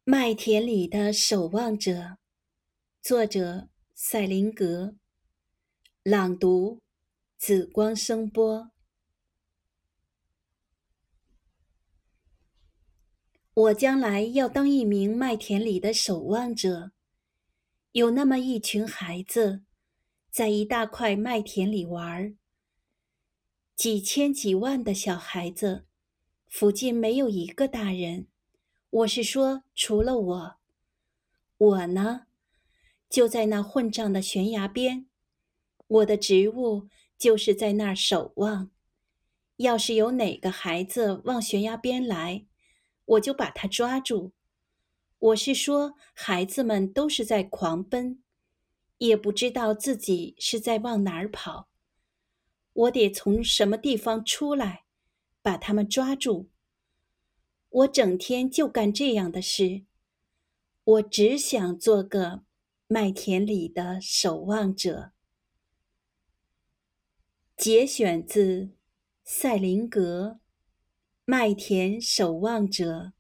麦田里的守望者，作者赛林格，朗读紫光声波。我将来要当一名麦田里的守望者。有那么一群孩子，在一大块麦田里玩，几千几万的小孩子，附近没有一个大人。我是说，除了我。我呢，就在那混账的悬崖边，我的职务就是在那儿守望。要是有哪个孩子往悬崖边来，我就把他抓住。我是说，孩子们都是在狂奔，也不知道自己是在往哪儿跑。我得从什么地方出来，把他们抓住。我整天就干这样的事。我只想做个麦田里的守望者。节选自赛林格《麦田守望者》。